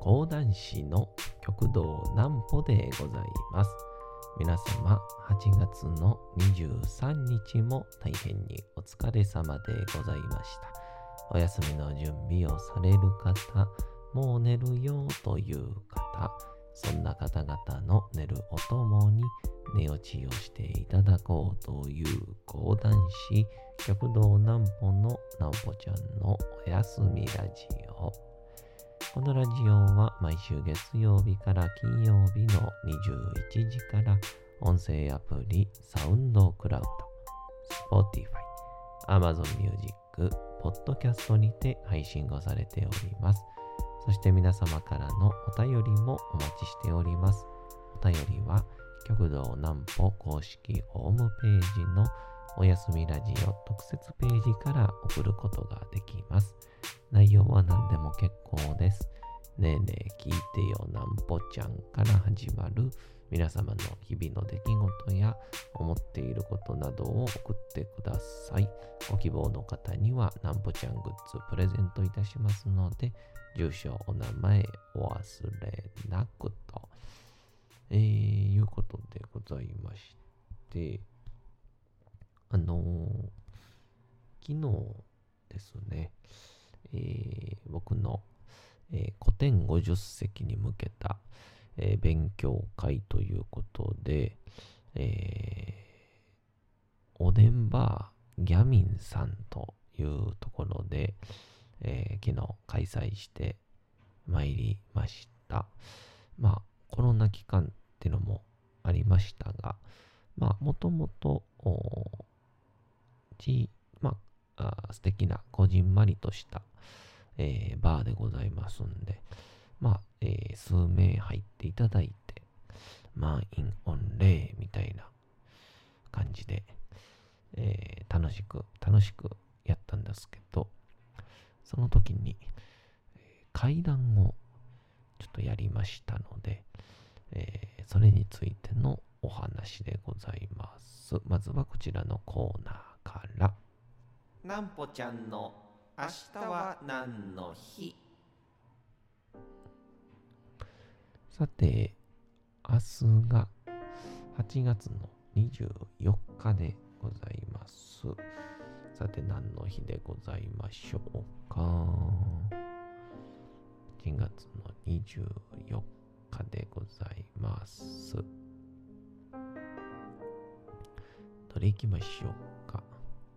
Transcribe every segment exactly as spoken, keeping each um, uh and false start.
講談師の極道南歩でございます。皆様はちがつのにじゅうさんにちも大変にお疲れ様でございました。お休みの準備をされる方、もう寝るよという方、そんな方々の寝るおともに寝落ちをしていただこうという講談師極道南歩の南歩ちゃんのおやすみラジオ。このラジオは毎週月曜日から金曜日のにじゅういちじから音声アプリサウンドクラウド、Spotify、Amazon Music、ポッドキャストにて配信をされております。そして皆様からのお便りもお待ちしております。お便りは極道南歩公式ホームページのおやすみラジオ特設ページから送ることができます。内容は何でも結構です。ねえねえ聞いてよ南歩ちゃんから始まる皆様の日々の出来事や思っていることなどを送ってください。ご希望の方には南歩ちゃんグッズプレゼントいたしますので、住所お名前お忘れなくと、えー、いうことでございまして、あのー、昨日ですね、えー、僕の、えー、古典ごじゅっせきに向けた、えー、勉強会ということで、えー、おでんバーギャミンさんというところで、えー、昨日開催してまいりました。まあコロナ期間っていうのもありましたが、まあもともとちまああ素敵なこじんまりとした、えー、バーでございますんで、まあ、えー、数名入っていただいて満員御礼みたいな感じで、えー、楽しく楽しくやったんですけど、その時に、えー、階段をちょっとやりましたので、えー、それについてのお話でございます。まずはこちらのコーナーから。 南歩ちゃんの明日は何の日。 さて、明日がはちがつのにじゅうよっかでございます。さて、何の日でございましょうか。はちがつのにじゅうよっかでございます。どれ行きましょうか。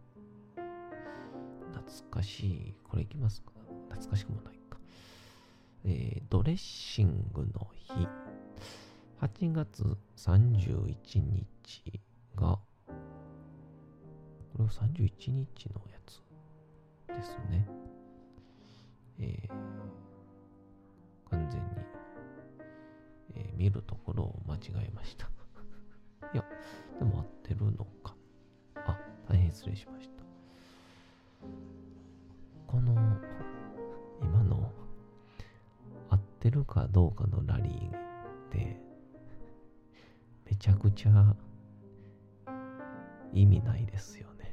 懐かしい。これ行きますか。懐かしくもないか。えー、ドレッシングの日。はちがつさんじゅういちにちが、これはさんじゅういちにちのやつですね。えー、完全に、えー、見るところを間違えました。いや、でも合ってるのか。あ、大変失礼しました。この、今の、合ってるかどうかのラリーで、めちゃくちゃ意味ないですよね。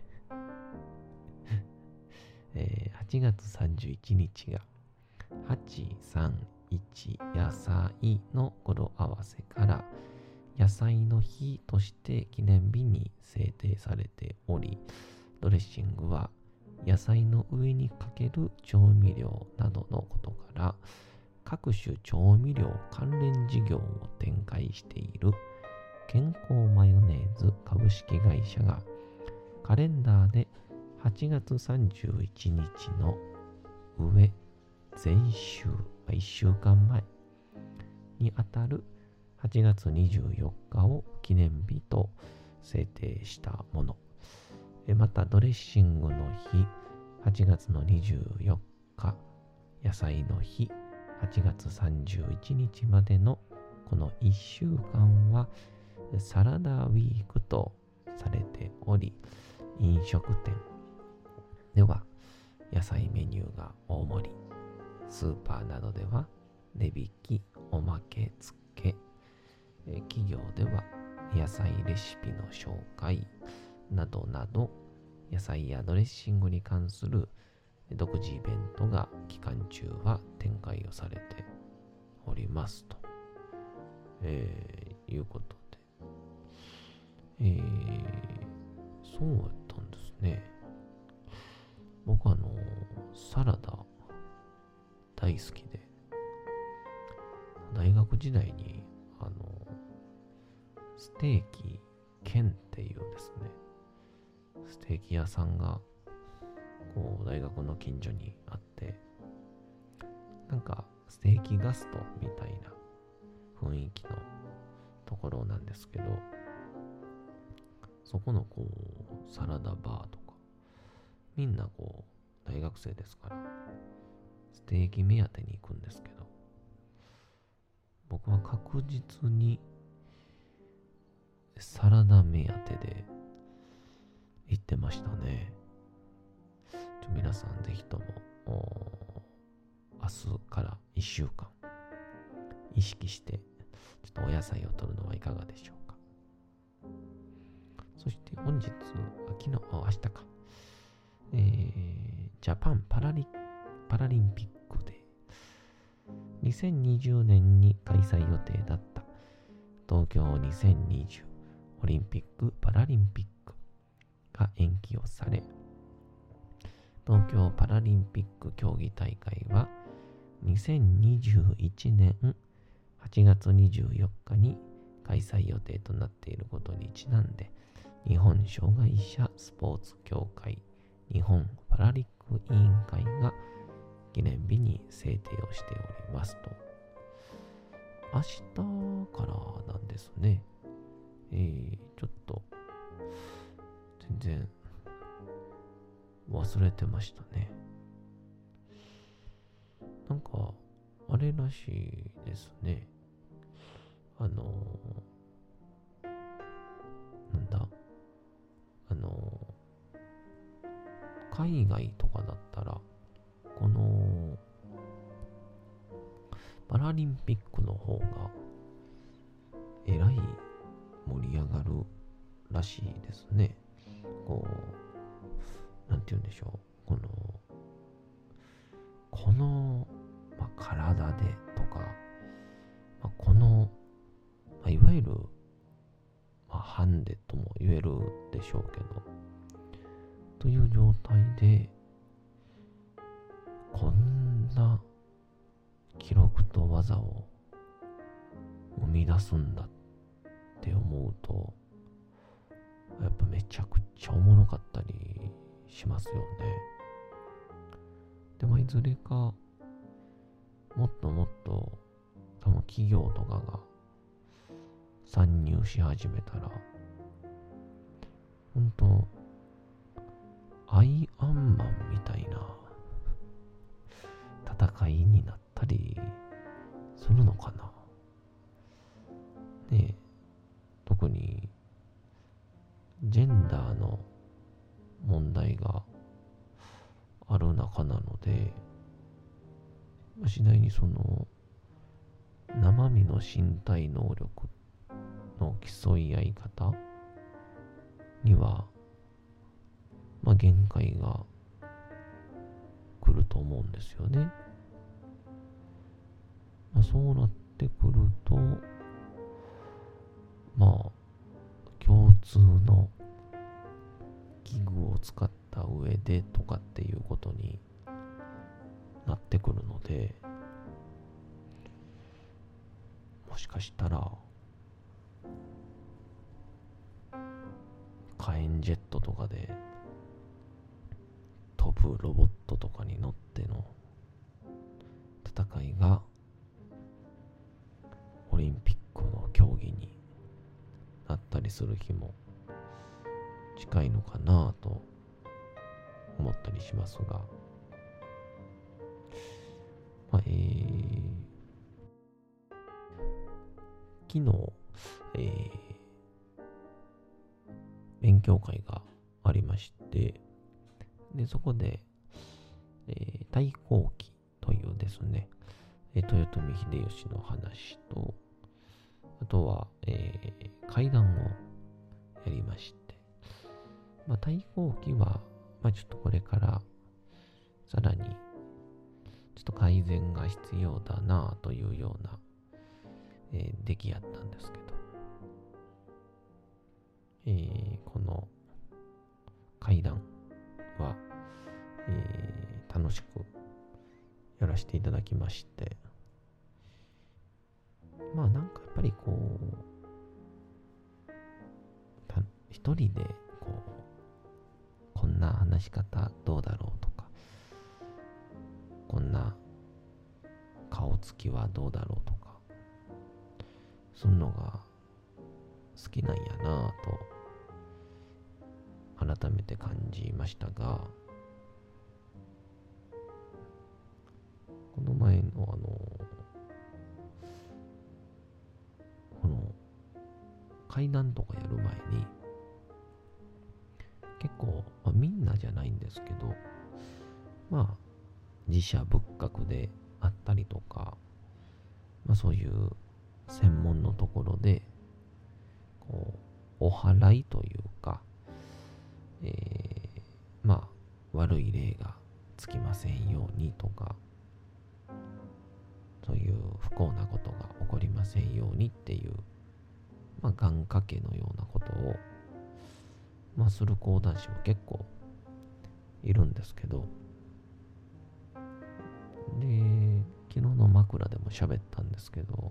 えー、はちがつさんじゅういちにちがはちさんいち野菜の語呂合わせから野菜の日として記念日に制定されており、ドレッシングは野菜の上にかける調味料などのことから各種調味料関連事業を展開している健康マヨネーズ株式会社がカレンダーではちがつさんじゅういちにちの上前週いっしゅうかんまえにあたるはちがつにじゅうよっかを記念日と制定したもの。またドレッシングの日はちがつのにじゅうよっか、野菜の日はちがつさんじゅういちにちまでのこのいっしゅうかんはサラダウィークとされており、飲食店では野菜メニューが大盛り、スーパーなどでは値引き、おまけ付け、企業では野菜レシピの紹介などなど、野菜やドレッシングに関する独自イベントが期間中は展開をされてりますと、えー、いうことで、えー、そうやったんですね。僕あのサラダ大好きで、大学時代にあのステーキ兼っていうですね、ステーキ屋さんがこう大学の近所にあって、なんかステーキガストみたいな雰囲気のところなんですけど、そこのこうサラダバーとか、みんなこう大学生ですからステーキ目当てに行くんですけど、僕は確実にサラダ目当てで行ってましたね。ちょ皆さんぜひとも明日からいっしゅうかん意識してちょっとお野菜を摂るのはいかがでしょうか。そして本日、昨日、あ明日か、えー、ジャパンパラリ、パラリンピックでにせんにじゅうねんに開催予定だった東京にせんにじゅうオリンピック・パラリンピックが延期をされ、東京パラリンピック競技大会はにせんにじゅういちねんはちがつにじゅうよっかに開催予定となっていることにちなんで、日本障害者スポーツ協会日本パラリンピック委員会が記念日に制定をしておりますと。明日からなんですね。えー、ちょっと全然忘れてましたね。なんかあれらしいですね。あのー、なんだあのー、海外とかだったらこのパラリンピックの方がえらい盛り上がるらしいですね。こうなんて言うんでしょう、このこの、まあ、体でとか、まあ、この、まあ、いわゆる、まあ、ハンデとも言えるでしょうけど、という状態でこんな記録と技を生み出すんだって思うと、やっぱめちゃくちゃおもろかったりしますよね。でもいずれかもっともっと多分企業とかが参入し始めたら、ほんとアイアンマンみたいな戦いになったりするのかな。ねえ、特にジェンダーの問題がある中なので、次第にその生身の身体能力の競い合い方には、まあ、限界が来ると思うんですよね。まあ、そうなってくると、まあ共通の器具を使った上でとかっていうことになってくるので、もしかしたら火炎ジェットとかで飛ぶロボットとかに乗っての戦いがオリンピックの競技になったりする日も近いのかなと思ったりしますが、まあ、えー、昨日、えー、勉強会がありまして、でそこで、えー、太閤記というですね、豊臣秀吉の話と、あとは、えー、怪談をやりまして、まあ、太閤記は、まあ、ちょっとこれからさらにちょっと改善が必要だなというようなえー、出来やったんですけど、えー、この会談は、えー、楽しくやらせていただきまして、まあなんかやっぱりこう一人でこうこんな話し方どうだろうとか、こんな顔つきはどうだろうとか、そんのが好きなんやなぁと改めて感じましたが、この前のあのこの階段とかやる前に結構、まあ、みんなじゃないんですけど、まあ自社仏閣であったりとか、まあそういう専門のところでこうお祓いというか、えー、まあ悪い霊がつきませんようにとか、そういう不幸なことが起こりませんようにっていう、まあ願掛けのようなことをまあする講談師も結構いるんですけど、で昨日の枕でも喋ったんですけど、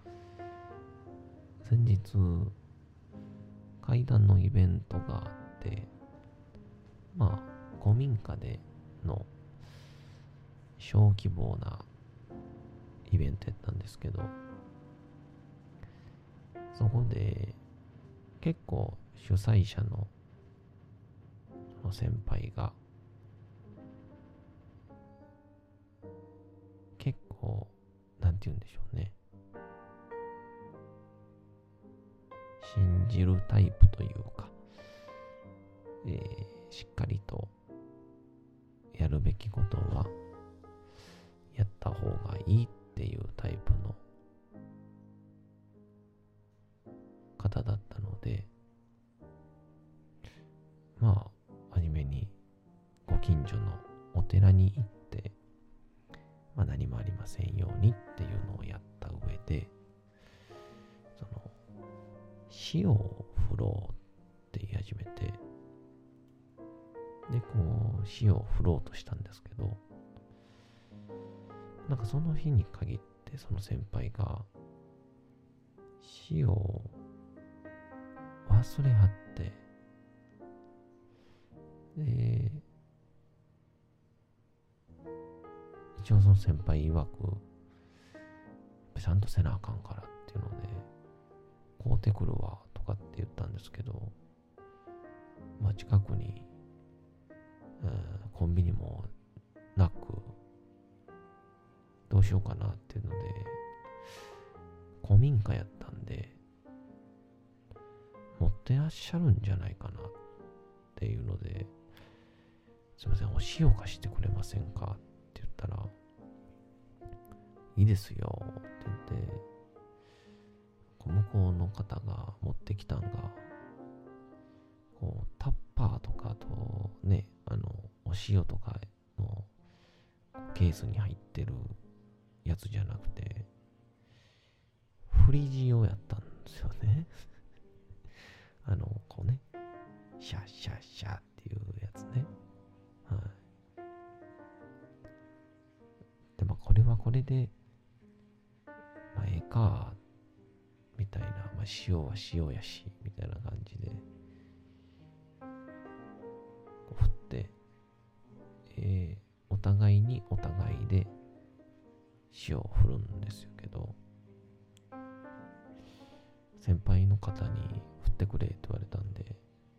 先日怪談のイベントがあって、まあ古民家での小規模なイベントやったんですけど、そこで結構主催者のその先輩が結構なんて言うんでしょうね、信じるタイプというか、えー、しっかりとやるべきことはやった方がいいっていうタイプの方だったので、まあ初めにご近所のお寺に行って、まあ、何もありませんようにっていうのをやった上で、その塩を振ろうって言い始めて、でこう塩を振ろうとしたんですけど、なんかその日に限ってその先輩が塩を忘れはって、で一応その先輩曰くちゃんとせなあかんからっていうので買うてくるわとかって言ったんですけど、まあ近くに、えー、コンビニもなく、どうしようかなっていうので、古民家やったんで持ってらっしゃるんじゃないかなっていうので、すいません、お塩貸してくれませんかって言ったら、いいですよって言って、向こうの方が持ってきたんが、こうタッパーとかとね、あのお塩とかのケースに入ってるやつじゃなくて、フリ塩やったんですよね。あのこうね、シャッシャッシャッっていうやつね。はい。でもこれはこれで、まあええかみたいな、まあ、塩は塩やしみたいな感じでこう振って、えー、お互いにお互いで塩を振るんですよけど、先輩の方に振ってくれって言われたんで、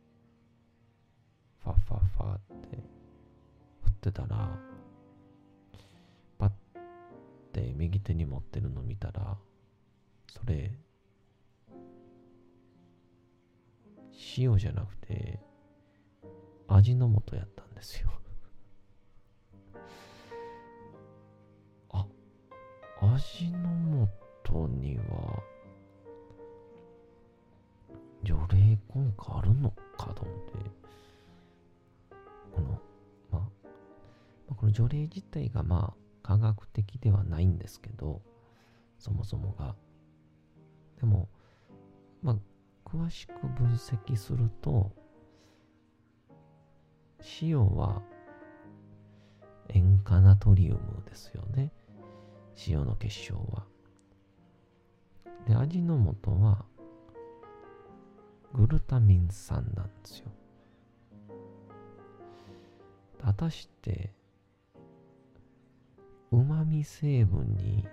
ファッファッファって振ってたら、パッて右手に持ってるの見たら、それ塩じゃなくて味の素やったんですよ。あ、味の素には除霊効果あるのかと思って、このまあこの除霊自体がまあ科学的ではないんですけど、そもそもがでも、まあ、詳しく分析すると、塩は塩化ナトリウムですよね。塩の結晶は。で、味の素はグルタミン酸なんですよ。果たして旨味成分に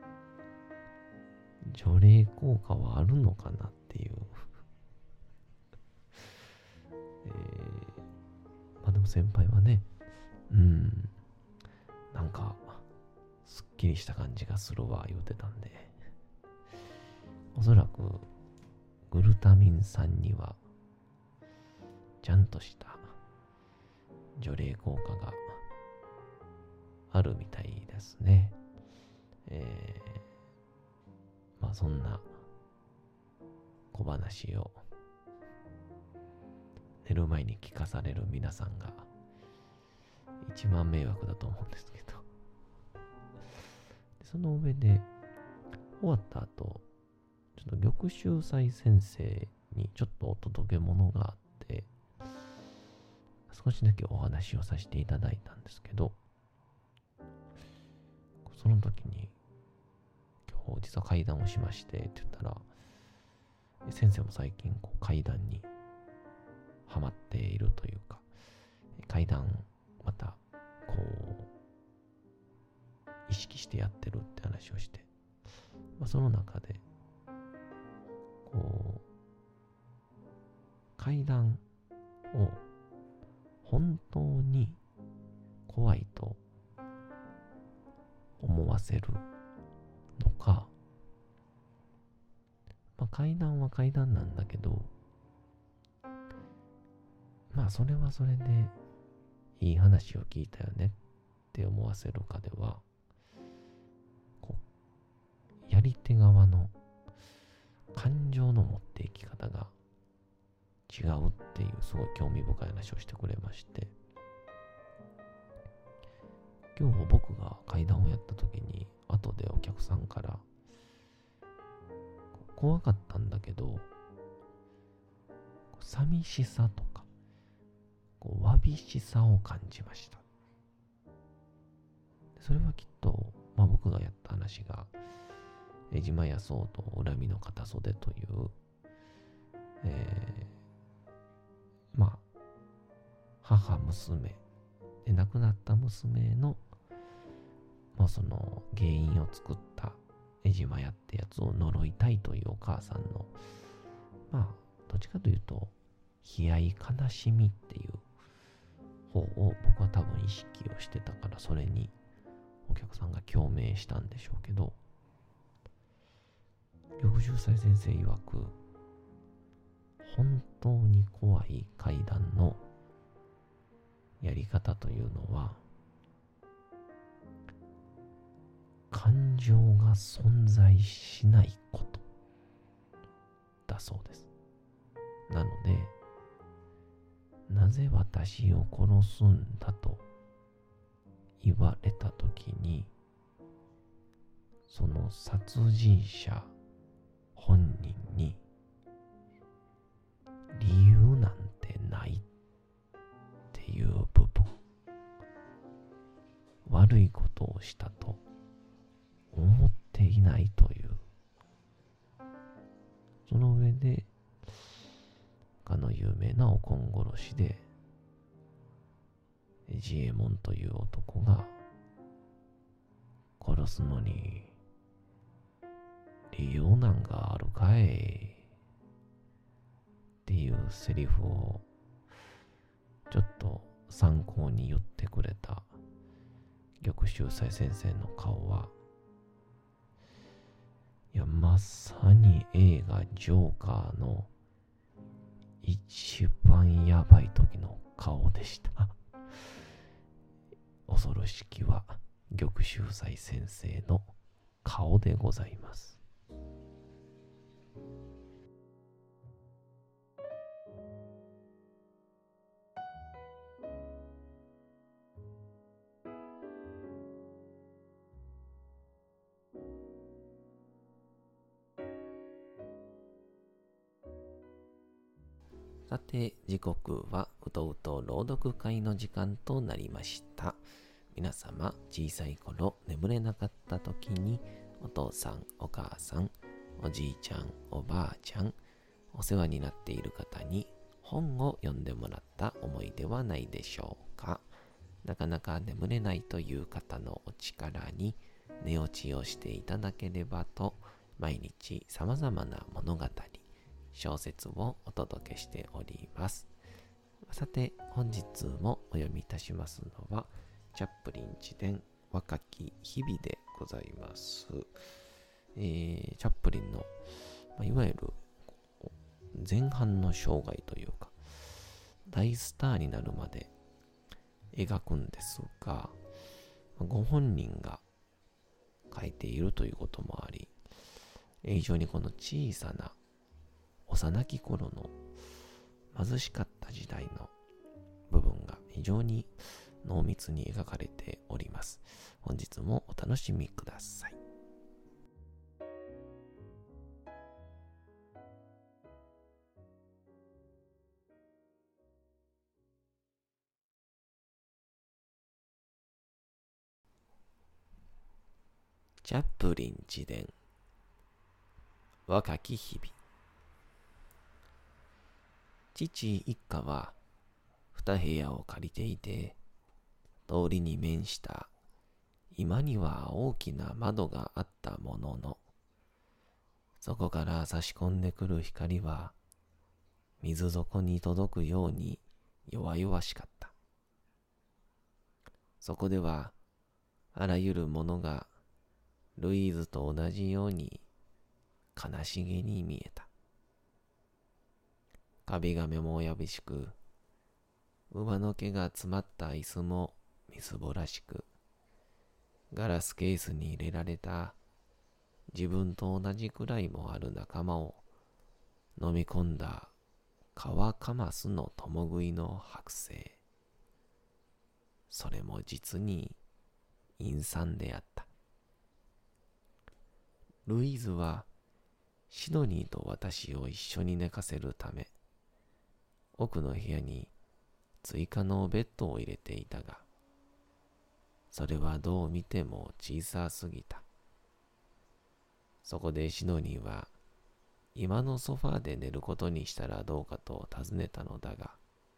除霊効果はあるのかなっていう、えー、まあでも先輩はね、うんなんかすっきりした感じがするわ言うてたんで、おそらくグルタミン酸にはちゃんとした除霊効果があるみたいですね。えー、まあそんな小話を寝る前に聞かされる皆さんが一番迷惑だと思うんですけど、その上で終わった後、ちょっと玉秀斎先生にちょっとお届け物があって、少しだけお話をさせていただいたんですけど、その時に今日実は階段をしましてって言ったら、先生も最近こう階段にハマっているというか、階段またこう意識してやってるって話をして、まあ、その中でこう階段を本当に怖いと思わせるのか、まあ、階段は階段なんだけど、まあそれはそれでいい話を聞いたよねって思わせるかでは、こうやり手側の感情の持っていき方が違うっていうすごい興味深い話をしてくれまして、今日僕が階段をやった時に後でお客さんから怖かったんだけど寂しさとかこうわびしさを感じました。それはきっと、まあ、僕がやった話が江島康夫と恨みの片袖という、えー、まあ母娘で亡くなった娘の、まあ、その原因を作った江島屋ってやつを呪いたいというお母さんの、まあどっちかというと悲哀悲しみっていう方を僕は多分意識をしてたから、それにお客さんが共鳴したんでしょうけど、玉秀斎先生曰く本当に怖い階段のやり方というのは感情が存在しないことだそうです。なので、なぜ私を殺すんだと言われたときに、その殺人者本人に理由なんてないっていう部分、悪いことをしたと思っていないという、その上でかの有名なおこん殺しでジエモンという男が殺すのに理由なんかあるかいっていうセリフをちょっと参考に言ってくれた玉秀斎先生の顔は、いやまさに映画ジョーカーの一番やばい時の顔でした恐ろしきは玉秀斎先生の顔でございます。 さて、時刻はうとうと朗読会の時間となりました。皆様、小さい頃眠れなかった時に、お父さん、お母さん、おじいちゃん、おばあちゃん、お世話になっている方に本を読んでもらった思いではないでしょうか。なかなか眠れないという方のお力に寝落ちをしていただければと、毎日様々な物語、小説をお届けしております。さて、本日もお読みいたしますのは、チャップリン自伝若き日々でございます。えー、チャップリンの、まあ、いわゆる前半の生涯というか、大スターになるまで描くんですが、ご本人が書いているということもあり、非常にこの小さな幼き頃の貧しかった時代の部分が非常に濃密に描かれております。本日もお楽しみください。チャップリン自伝若き日々。父一家は二部屋を借りていて、通りに面した居間には大きな窓があったものの、そこから差し込んでくる光は水底に届くように弱々しかった。そこではあらゆるものがルイーズと同じように悲しげに見えた。壁紙もやびしく、馬の毛が詰まった椅子もみすぼらしく、ガラスケースに入れられた自分と同じくらいもある仲間を飲み込んだカワカマスの共食いの剥製。それも実に陰惨であった。ルイーズはシドニーと私を一緒に寝かせるため、奥の部屋に追加のベッドを入れていたが、それはどう見ても小さすぎた。そこでシドニーは今のソファーで寝ることにしたらどうかと尋ねたのだが、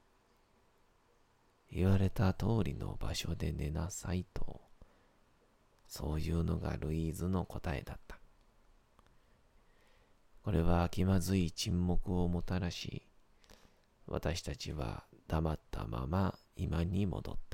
言われた通りの場所で寝なさいと、そういうのがルイーズの答えだった。これは気まずい沈黙をもたらし、私たちは黙ったまま今に戻った。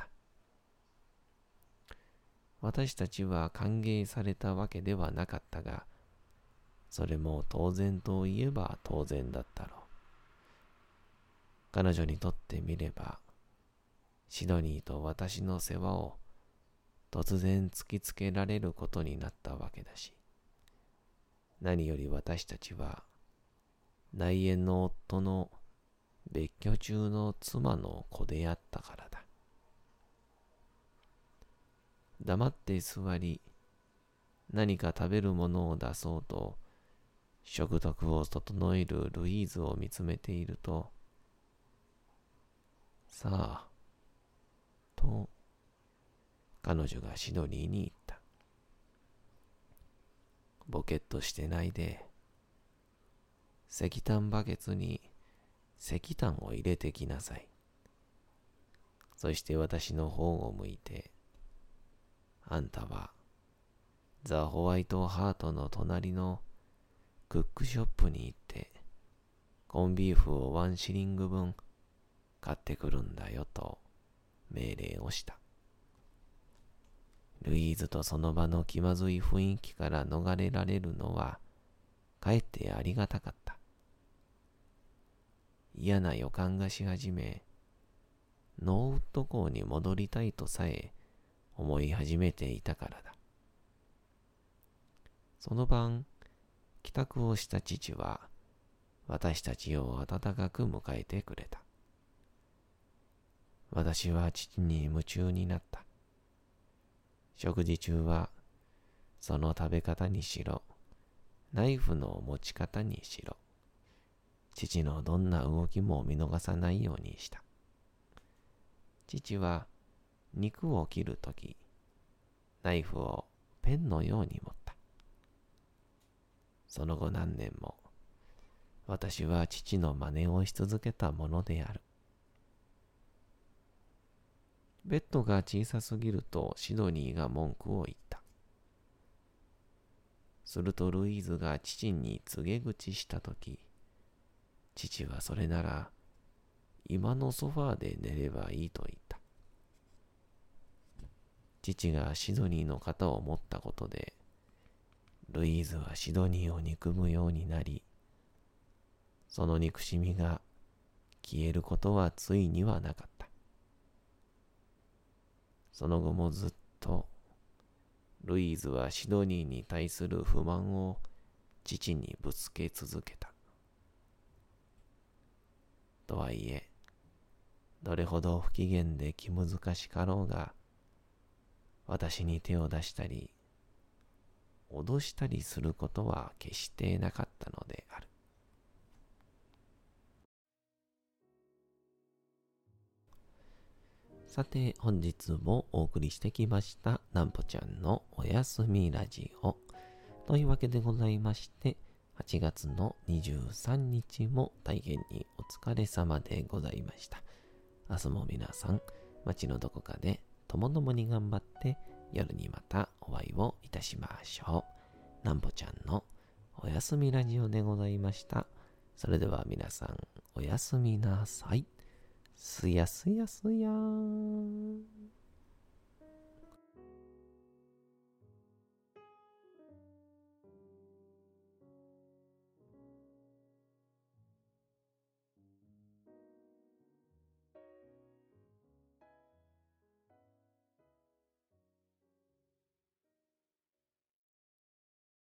私たちは歓迎されたわけではなかったが、それも当然といえば当然だったろう。彼女にとってみれば、シドニーと私の世話を突然突きつけられることになったわけだし、何より私たちは内縁の夫の別居中の妻の子であったからだ。黙って座り、何か食べるものを出そうと食卓を整えるルイーズを見つめていると、さあ、と彼女がシドニーに言った。ボケっとしてないで、石炭バケツに石炭を入れてきなさい。そして私の方を向いて、あんたはザ・ホワイトハートの隣のクックショップに行って、コンビーフをワンシリング分買ってくるんだよと命令をした。ルイーズとその場の気まずい雰囲気から逃れられるのはかえってありがたかった。嫌な予感がし始め、ノーウッド港に戻りたいとさえ思い始めていたからだ。その晩、帰宅をした父は私たちを温かく迎えてくれた。私は父に夢中になった。食事中はその食べ方にしろ、ナイフの持ち方にしろ、 父のどんな動きも見逃さないようにした。父は肉を切るとき、ナイフをペンのように持った。その後何年も、私は父の真似をし続けたものである。ベッドが小さすぎるとシドニーが文句を言った。するとルイーズが父に告げ口したとき、父はそれなら今のソファーで寝ればいいと言った。父がシドニーの肩を持ったことで、ルイーズはシドニーを憎むようになり、その憎しみが消えることはついにはなかった。その後もずっと、ルイーズはシドニーに対する不満を父にぶつけ続けた。とはいえ、どれほど不機嫌で気難しかろうが、私に手を出したり、脅したりすることは決してなかったのである。さて、本日もお送りしてきましたなんぽちゃんのおやすみラジオというわけでございまして、はちがつのにじゅうさんにちも大変にお疲れ様でございました。明日も皆さん、街のどこかでともどもに頑張って夜にまたお会いをいたしましょう。なんぽちゃんのおやすみラジオでございました。それでは皆さん、おやすみなさい。すやすやすやーん。